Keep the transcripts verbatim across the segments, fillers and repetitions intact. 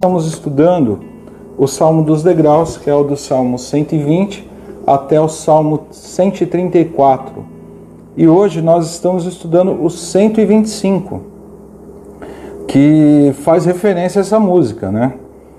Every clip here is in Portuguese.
estamos estudando o Salmo dos Degraus, que é o do Salmo cento e vinte até o Salmo cento e trinta e quatro. E hoje nós estamos estudando o cento e vinte e cinco, que faz referência a essa música, né?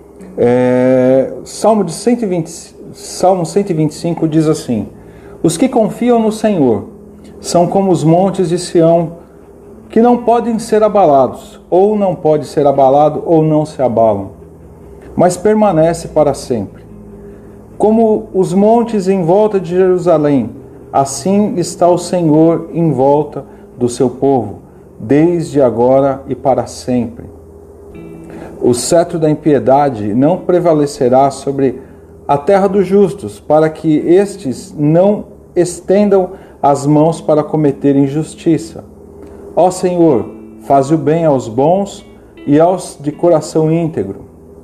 É, Salmo, de cento e vinte, Salmo cento e vinte e cinco diz assim: os que confiam no Senhor são como os montes de Sião, que não podem ser abalados, ou não pode ser abalado, ou não se abalam, mas permanece para sempre. Como os montes em volta de Jerusalém, assim está o Senhor em volta do seu povo, desde agora e para sempre. O cetro da impiedade não prevalecerá sobre a terra dos justos, para que estes não estendam as mãos para cometer injustiça. Ó Senhor, faz o bem aos bons e aos de coração íntegro.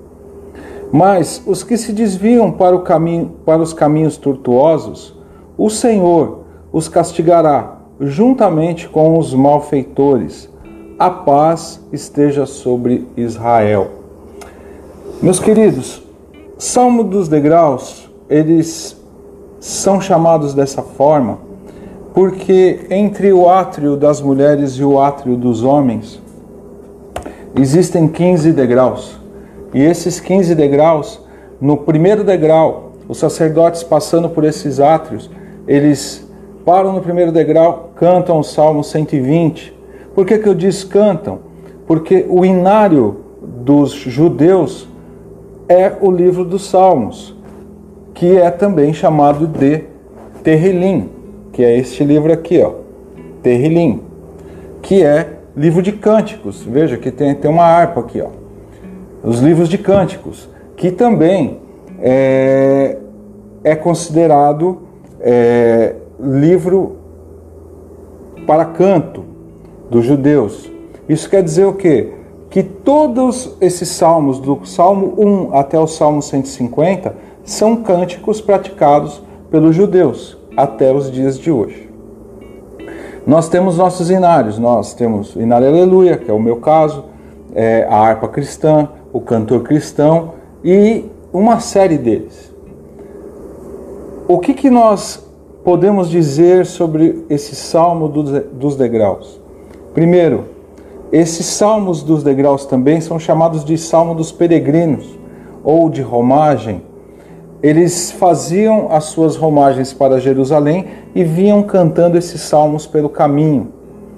Mas os que se desviam para, o caminho, para os caminhos tortuosos, o Senhor os castigará, juntamente com os malfeitores. A paz esteja sobre Israel. Meus queridos, Salmo dos Degraus, eles são chamados dessa forma porque entre o átrio das mulheres e o átrio dos homens existem quinze degraus. E esses quinze degraus, no primeiro degrau, os sacerdotes passando por esses átrios, eles param no primeiro degrau, cantam o Salmo cento e vinte. Por que que eu disse cantam? Porque o inário dos judeus é o livro dos Salmos, que é também chamado de Terrilim, que é este livro aqui, ó, Terrilim, que é livro de cânticos. Veja que tem, tem uma harpa aqui, ó. Os livros de cânticos, que também é, é considerado é, livro para canto dos judeus. Isso quer dizer o quê? Que todos esses salmos, do Salmo um até o Salmo cento e cinquenta, são cânticos praticados pelos judeus até os dias de hoje. Nós temos nossos inários, nós temos o inário Aleluia, que é o meu caso, é, a harpa cristã, o cantor cristão e uma série deles. O que que nós podemos dizer sobre esse Salmo dos degraus? Primeiro, esses salmos dos degraus também são chamados de Salmo dos peregrinos ou de romagem. Eles faziam as suas romagens para Jerusalém e vinham cantando esses salmos pelo caminho.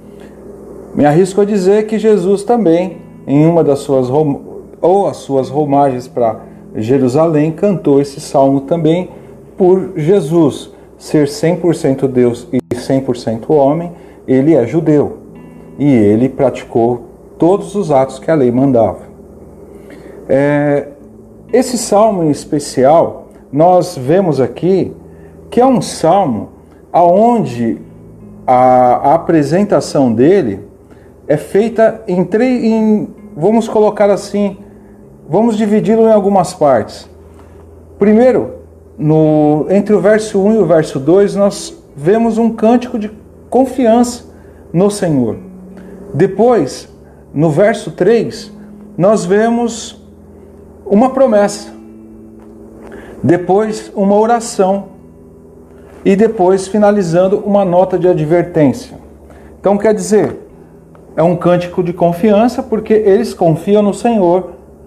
Me arrisco a dizer que Jesus também, em uma das suas ou as suas romagens para Jerusalém, cantou esse salmo também por Jesus ser cem por cento Deus e cem por cento homem. Ele é judeu e ele praticou todos os atos que a lei mandava. É, esse salmo em especial, nós vemos aqui que é um salmo onde a, a apresentação dele é feita em três, em, vamos colocar assim, vamos dividi-lo em algumas partes. Primeiro, no, entre o verso um e o verso dois, nós vemos um cântico de confiança no Senhor. Depois, no verso três, nós vemos uma promessa. Depois, uma oração. E depois, finalizando, uma nota de advertência. Então, quer dizer, é um cântico de confiança porque eles confiam no Senhor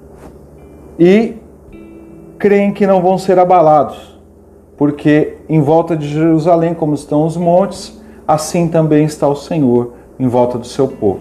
e creem que não vão ser abalados, porque em volta de Jerusalém, como estão os montes, assim também está o Senhor em volta do seu povo.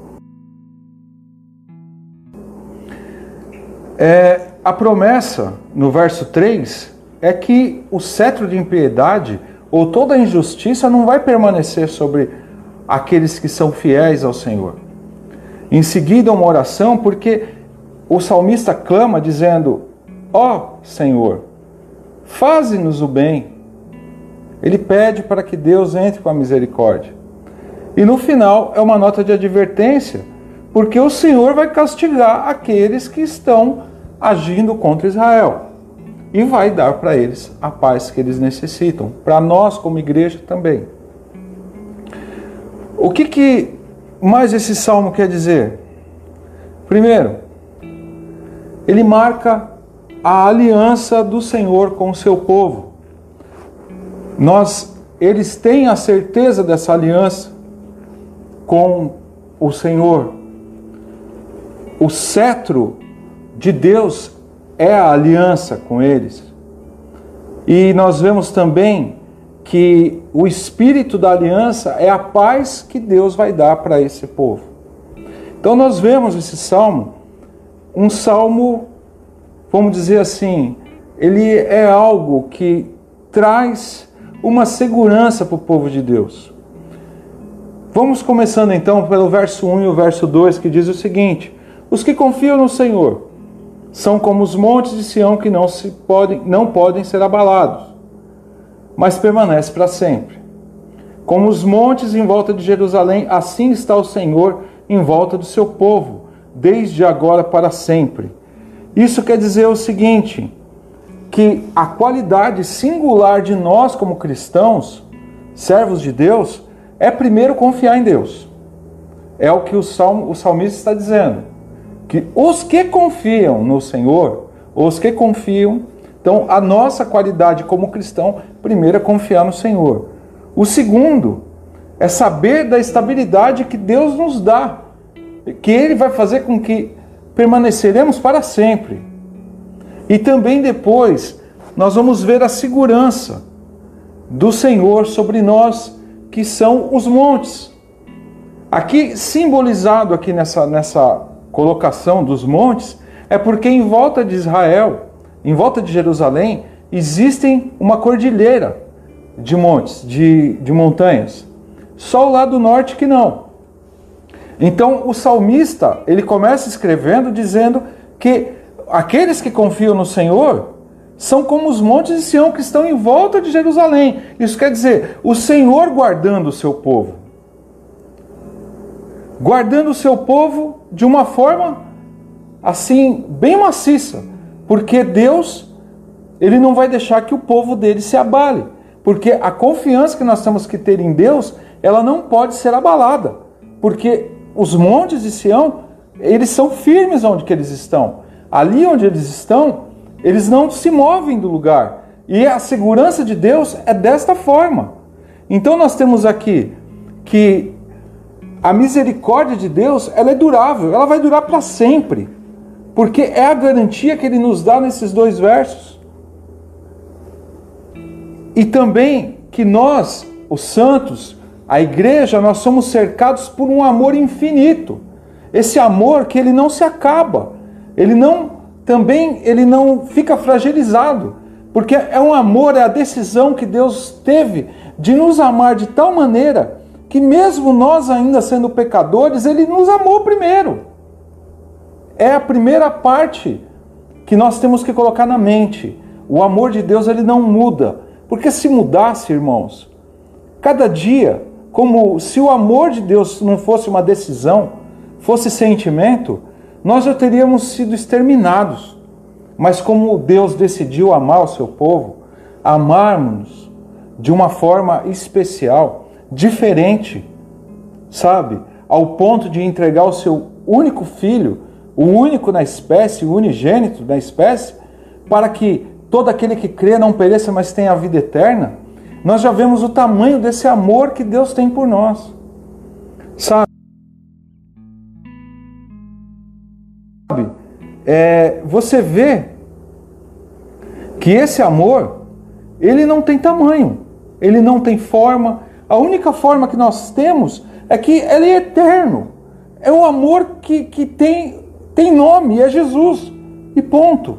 É, a promessa, no verso três, é que o cetro de impiedade ou toda injustiça não vai permanecer sobre aqueles que são fiéis ao Senhor. Em seguida, uma oração, porque o salmista clama dizendo: ó Senhor, faze-nos o bem. Ele pede para que Deus entre com a misericórdia. E no final é uma nota de advertência, porque o Senhor vai castigar aqueles que estão agindo contra Israel. E vai dar para eles a paz que eles necessitam. Para nós, como igreja, também. O que, que mais esse salmo quer dizer? Primeiro, ele marca a aliança do Senhor com o seu povo. Nós, eles têm a certeza dessa aliança com o Senhor. O cetro de Deus é a aliança com eles. E nós vemos também que o espírito da aliança é a paz que Deus vai dar para esse povo. Então nós vemos esse salmo, um salmo, vamos dizer assim, ele é algo que traz uma segurança para o povo de Deus. Vamos começando então pelo verso um e o verso dois, que diz o seguinte: os que confiam no Senhor são como os montes de Sião que não, se podem, não podem ser abalados, mas permanece para sempre. Como os montes em volta de Jerusalém, assim está o Senhor em volta do seu povo, desde agora para sempre. Isso quer dizer o seguinte, que a qualidade singular de nós como cristãos, servos de Deus, é primeiro confiar em Deus. É o que o, salmo, o salmista está dizendo. Que os que confiam no Senhor, os que confiam, então a nossa qualidade como cristão, primeiro é confiar no Senhor. O segundo é saber da estabilidade que Deus nos dá, que Ele vai fazer com que permaneceremos para sempre. E também depois nós vamos ver a segurança do Senhor sobre nós, que são os montes. Aqui simbolizado aqui nessa, nessa colocação dos montes, é porque em volta de Israel, em volta de Jerusalém, existem uma cordilheira de montes, de, de montanhas. Só o lado norte que não. Então o salmista, ele começa escrevendo dizendo que aqueles que confiam no Senhor são como os montes de Sião que estão em volta de Jerusalém. Isso quer dizer, o Senhor guardando o seu povo. Guardando o seu povo de uma forma assim, bem maciça. Porque Deus, Ele não vai deixar que o povo dele se abale. Porque a confiança que nós temos que ter em Deus, ela não pode ser abalada. Porque os montes de Sião, eles são firmes onde que eles estão. Ali onde eles estão, eles não se movem do lugar. E a segurança de Deus é desta forma. Então nós temos aqui que a misericórdia de Deus, ela é durável, ela vai durar para sempre. Porque é a garantia que Ele nos dá nesses dois versos. E também que nós, os santos, a igreja, nós somos cercados por um amor infinito. Esse amor que ele não se acaba. Ele não, também, ele não fica fragilizado. Porque é um amor, é a decisão que Deus teve de nos amar de tal maneira que mesmo nós ainda sendo pecadores, Ele nos amou primeiro. É a primeira parte que nós temos que colocar na mente. O amor de Deus, ele não muda. Porque se mudasse, irmãos, cada dia, como se o amor de Deus não fosse uma decisão, fosse sentimento, nós já teríamos sido exterminados. Mas como Deus decidiu amar o seu povo, amarmos-nos de uma forma especial, diferente, sabe? Ao ponto de entregar o seu único filho, o único na espécie, o unigênito da espécie, para que todo aquele que crê não pereça, mas tenha a vida eterna. Nós já vemos o tamanho desse amor que Deus tem por nós, sabe? É, você vê que esse amor, ele não tem tamanho, ele não tem forma. A única forma que nós temos é que ele é eterno. É um amor que, que tem, tem nome, é Jesus. E ponto.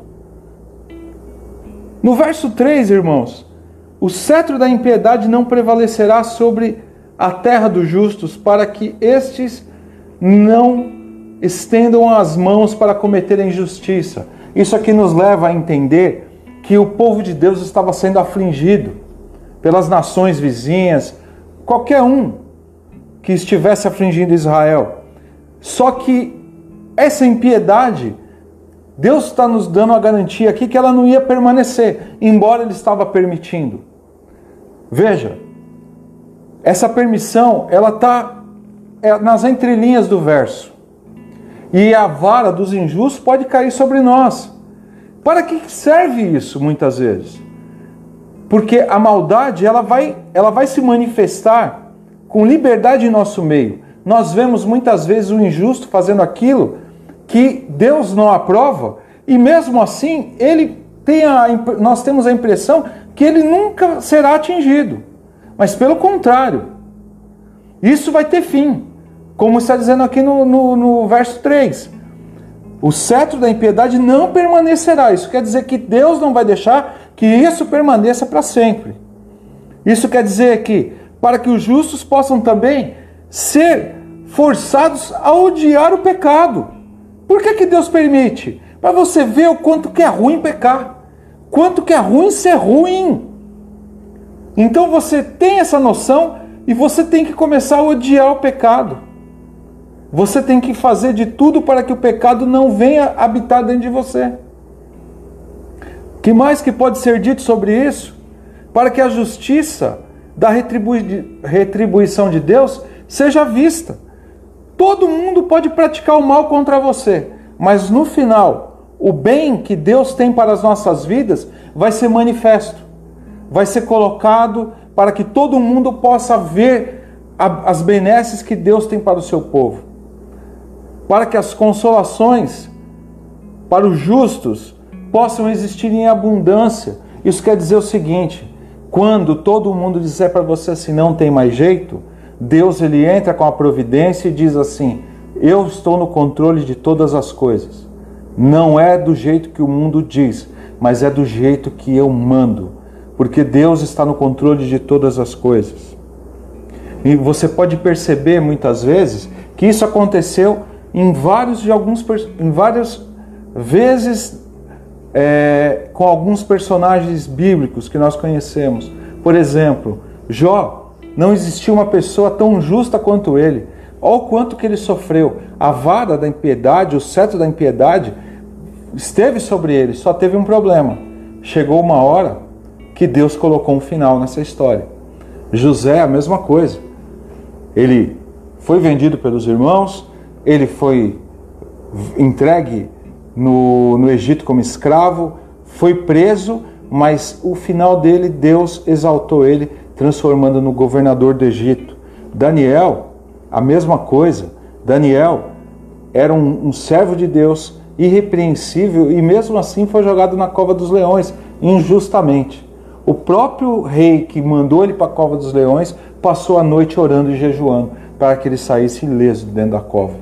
No verso três, irmãos, o cetro da impiedade não prevalecerá sobre a terra dos justos, para que estes não estendam as mãos para cometerem injustiça. Isso aqui nos leva a entender que o povo de Deus estava sendo afligido pelas nações vizinhas, qualquer um que estivesse afligindo Israel. Só que essa impiedade, Deus está nos dando a garantia aqui que ela não ia permanecer, embora Ele estava permitindo. Veja, essa permissão, ela está nas entrelinhas do verso. e a vara dos injustos pode cair sobre nós. Para que serve isso muitas vezes? Porque a maldade ela vai, ela vai se manifestar com liberdade em nosso meio. Nós vemos muitas vezes o injusto fazendo aquilo que Deus não aprova, e mesmo assim ele tem a, nós temos a impressão que ele nunca será atingido. Mas pelo contrário, isso vai ter fim. Como está dizendo aqui no, no, no verso três. O cetro da impiedade não permanecerá. Isso quer dizer que Deus não vai deixar que isso permaneça para sempre. Isso quer dizer que, para que os justos possam também ser forçados a odiar o pecado. Por que que Deus permite? Para você ver o quanto que é ruim pecar. Quanto que é ruim ser ruim. Então você tem essa noção e você tem que começar a odiar o pecado. Você tem que fazer de tudo para que o pecado não venha habitar dentro de você. O que mais que pode ser dito sobre isso? Para que a justiça da retribui- retribuição de Deus seja vista. Todo mundo pode praticar o mal contra você, mas no final, o bem que Deus tem para as nossas vidas vai ser manifesto. Vai ser colocado para que todo mundo possa ver a, as benesses que Deus tem para o seu povo. Para que as consolações para os justos possam existir em abundância. Isso quer dizer o seguinte: quando todo mundo disser para você assim, não tem mais jeito, Deus ele entra com a providência e diz assim: eu estou no controle de todas as coisas. Não é do jeito que o mundo diz, mas é do jeito que eu mando. Porque Deus está no controle de todas as coisas. E você pode perceber muitas vezes que isso aconteceu em vários de alguns em várias vezes é, com alguns personagens bíblicos que nós conhecemos. Por exemplo, Jó, não existia uma pessoa tão justa quanto ele. Olha o quanto que ele sofreu. A vara da impiedade, o cetro da impiedade esteve sobre ele, só teve um problema. Chegou uma hora que Deus colocou um final nessa história. José, a mesma coisa. Ele foi vendido pelos irmãos, ele foi entregue no, no Egito como escravo, foi preso, mas o final dele, Deus exaltou ele, transformando no governador do Egito. Daniel, a mesma coisa. Daniel era um, um servo de Deus, irrepreensível, e mesmo assim foi jogado na cova dos leões, injustamente. O próprio rei que mandou ele para a cova dos leões passou a noite orando e jejuando para que ele saísse ileso dentro da cova.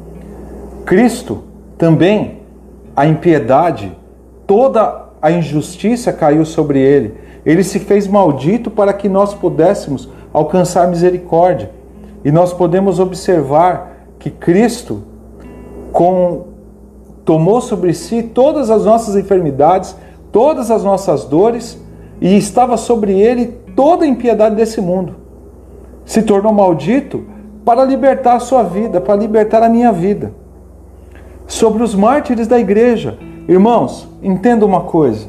Cristo também, a impiedade, toda a injustiça caiu sobre ele. Ele se fez maldito para que nós pudéssemos alcançar misericórdia. E nós podemos observar que Cristo com, tomou sobre si todas as nossas enfermidades, todas as nossas dores, e estava sobre ele toda a impiedade desse mundo. Se tornou maldito para libertar a sua vida, para libertar a minha vida. Sobre os mártires da igreja, irmãos, entenda uma coisa.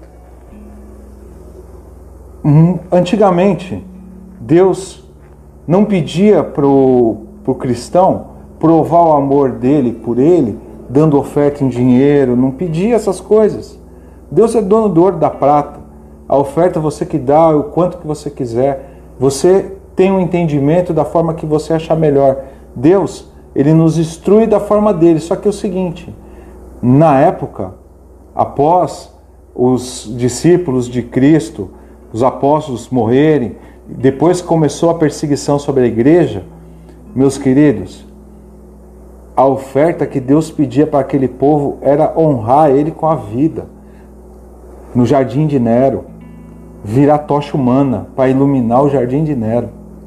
Antigamente, Deus não pedia para o cristão provar o amor dele por ele, dando oferta em dinheiro, não pedia essas coisas. Deus é dono do ouro e da prata. A oferta você que dá, o quanto que você quiser. Você tem um entendimento da forma que você achar melhor. Deus, ele nos instrui da forma dele. Só que é o seguinte, na época, após os discípulos de Cristo, os apóstolos morrerem, depois que começou a perseguição sobre a igreja, meus queridos, a oferta que Deus pedia para aquele povo era honrar ele com a vida. No jardim de Nero, virar tocha humana para iluminar o jardim de Nero.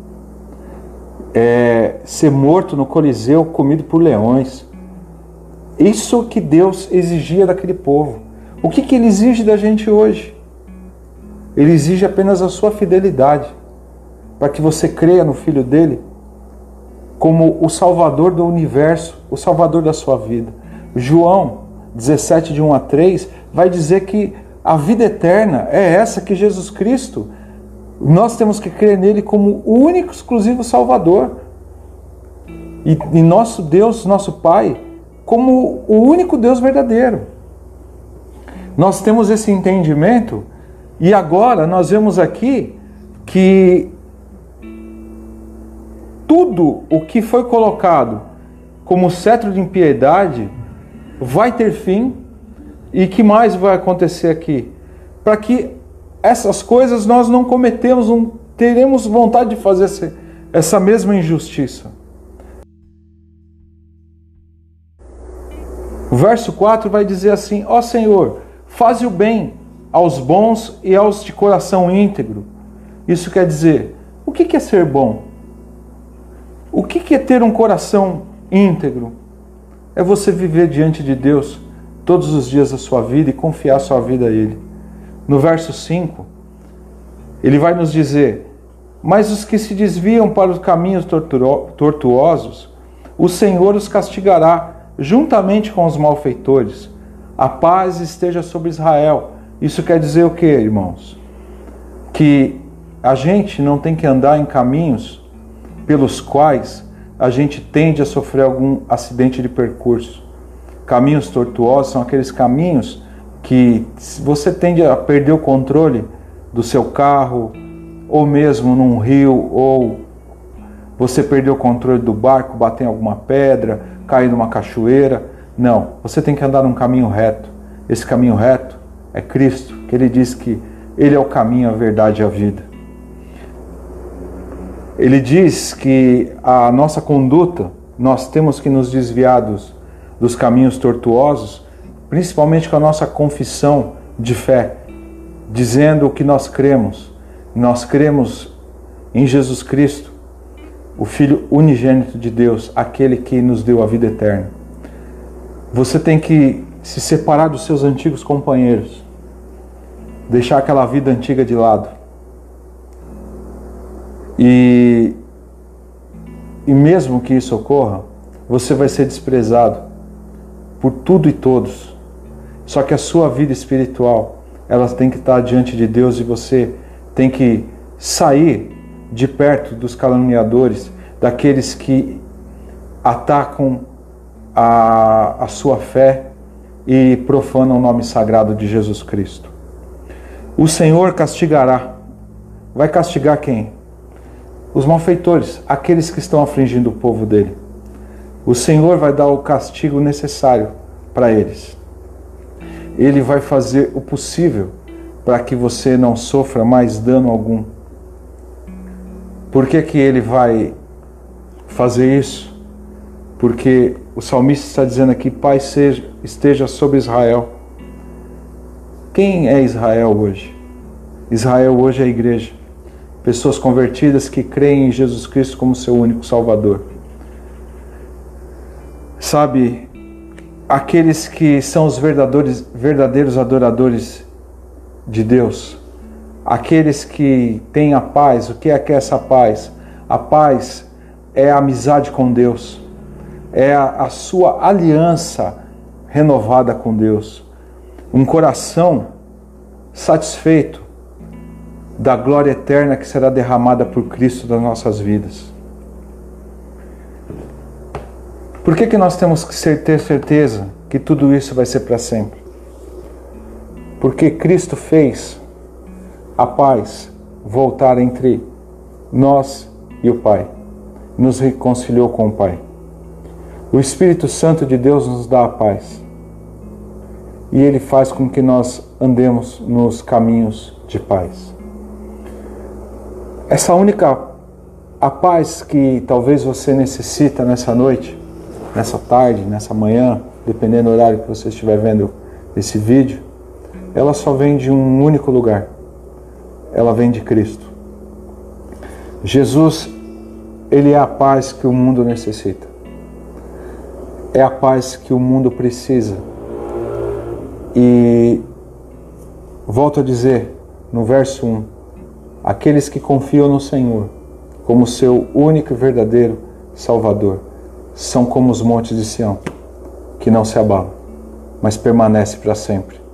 É, ser morto no Coliseu, comido por leões. Isso que Deus exigia daquele povo. O que, que ele exige da gente hoje? Ele exige apenas a sua fidelidade, para que você creia no Filho dele como o Salvador do universo, o Salvador da sua vida. João dezessete, de um a três, vai dizer que a vida eterna é essa, que Jesus Cristo, nós temos que crer nele como o único, exclusivo Salvador. E, e nosso Deus, nosso Pai, como o único Deus verdadeiro. Nós temos esse entendimento e agora nós vemos aqui que tudo o que foi colocado como cetro de impiedade vai ter fim. E que mais vai acontecer aqui? Para que essas coisas nós não cometemos, não teremos vontade de fazer essa, essa mesma injustiça. O verso quatro vai dizer assim: ó Senhor, faze o bem aos bons e aos de coração íntegro. Isso quer dizer, o que é ser bom? O que é ter um coração íntegro? É você viver diante de Deus todos os dias da sua vida e confiar sua vida a Ele. No verso cinco, ele vai nos dizer: mas os que se desviam para os caminhos tortuosos, o Senhor os castigará juntamente com os malfeitores. A paz esteja sobre Israel. Isso quer dizer o que, irmãos? Que a gente não tem que andar em caminhos pelos quais a gente tende a sofrer algum acidente de percurso. Caminhos tortuosos são aqueles caminhos que você tende a perder o controle do seu carro, ou mesmo num rio, ou você perdeu o controle do barco, bater em alguma pedra, cair numa cachoeira. Não, você tem que andar num caminho reto. Esse caminho reto é Cristo, que Ele diz que Ele é o caminho, a verdade e a vida. Ele diz que a nossa conduta, nós temos que nos desviar dos, dos caminhos tortuosos, principalmente com a nossa confissão de fé, dizendo o que nós cremos. Nós cremos em Jesus Cristo, o Filho unigênito de Deus, aquele que nos deu a vida eterna. Você tem que se separar dos seus antigos companheiros, deixar aquela vida antiga de lado. E, e mesmo que isso ocorra, você vai ser desprezado por tudo e todos. Só que a sua vida espiritual, ela tem que estar diante de Deus e você tem que sair de perto dos caluniadores, daqueles que atacam a, a sua fé e profanam o nome sagrado de Jesus Cristo. O Senhor castigará. Vai castigar quem? Os malfeitores, aqueles que estão afligindo o povo dele. O Senhor vai dar o castigo necessário para eles. Ele vai fazer o possível para que você não sofra mais dano algum. Por que que ele vai fazer isso? Porque o salmista está dizendo aqui: paz seja, esteja sobre Israel. Quem é Israel hoje? Israel hoje é a igreja. Pessoas convertidas que creem em Jesus Cristo como seu único Salvador. Sabe, aqueles que são os verdadeiros, verdadeiros adoradores de Deus, aqueles que têm a paz. O que é que é essa paz? A paz é a amizade com Deus, é a, a sua aliança renovada com Deus, um coração satisfeito da glória eterna que será derramada por Cristo nas nossas vidas. Por que que nós temos que ter certeza que tudo isso vai ser para sempre? Porque Cristo fez a paz voltar entre nós e o Pai, nos reconciliou com o Pai. O Espírito Santo de Deus nos dá a paz e Ele faz com que nós andemos nos caminhos de paz. Essa única a paz que talvez você necessita nessa noite, nessa tarde, nessa manhã, dependendo do horário que você estiver vendo esse vídeo, ela só vem de um único lugar. Ela vem de Cristo. Jesus, Ele é a paz que o mundo necessita. É a paz que o mundo precisa. E volto a dizer, no verso um, aqueles que confiam no Senhor como seu único e verdadeiro Salvador são como os montes de Sião, que não se abalam, mas permanecem para sempre.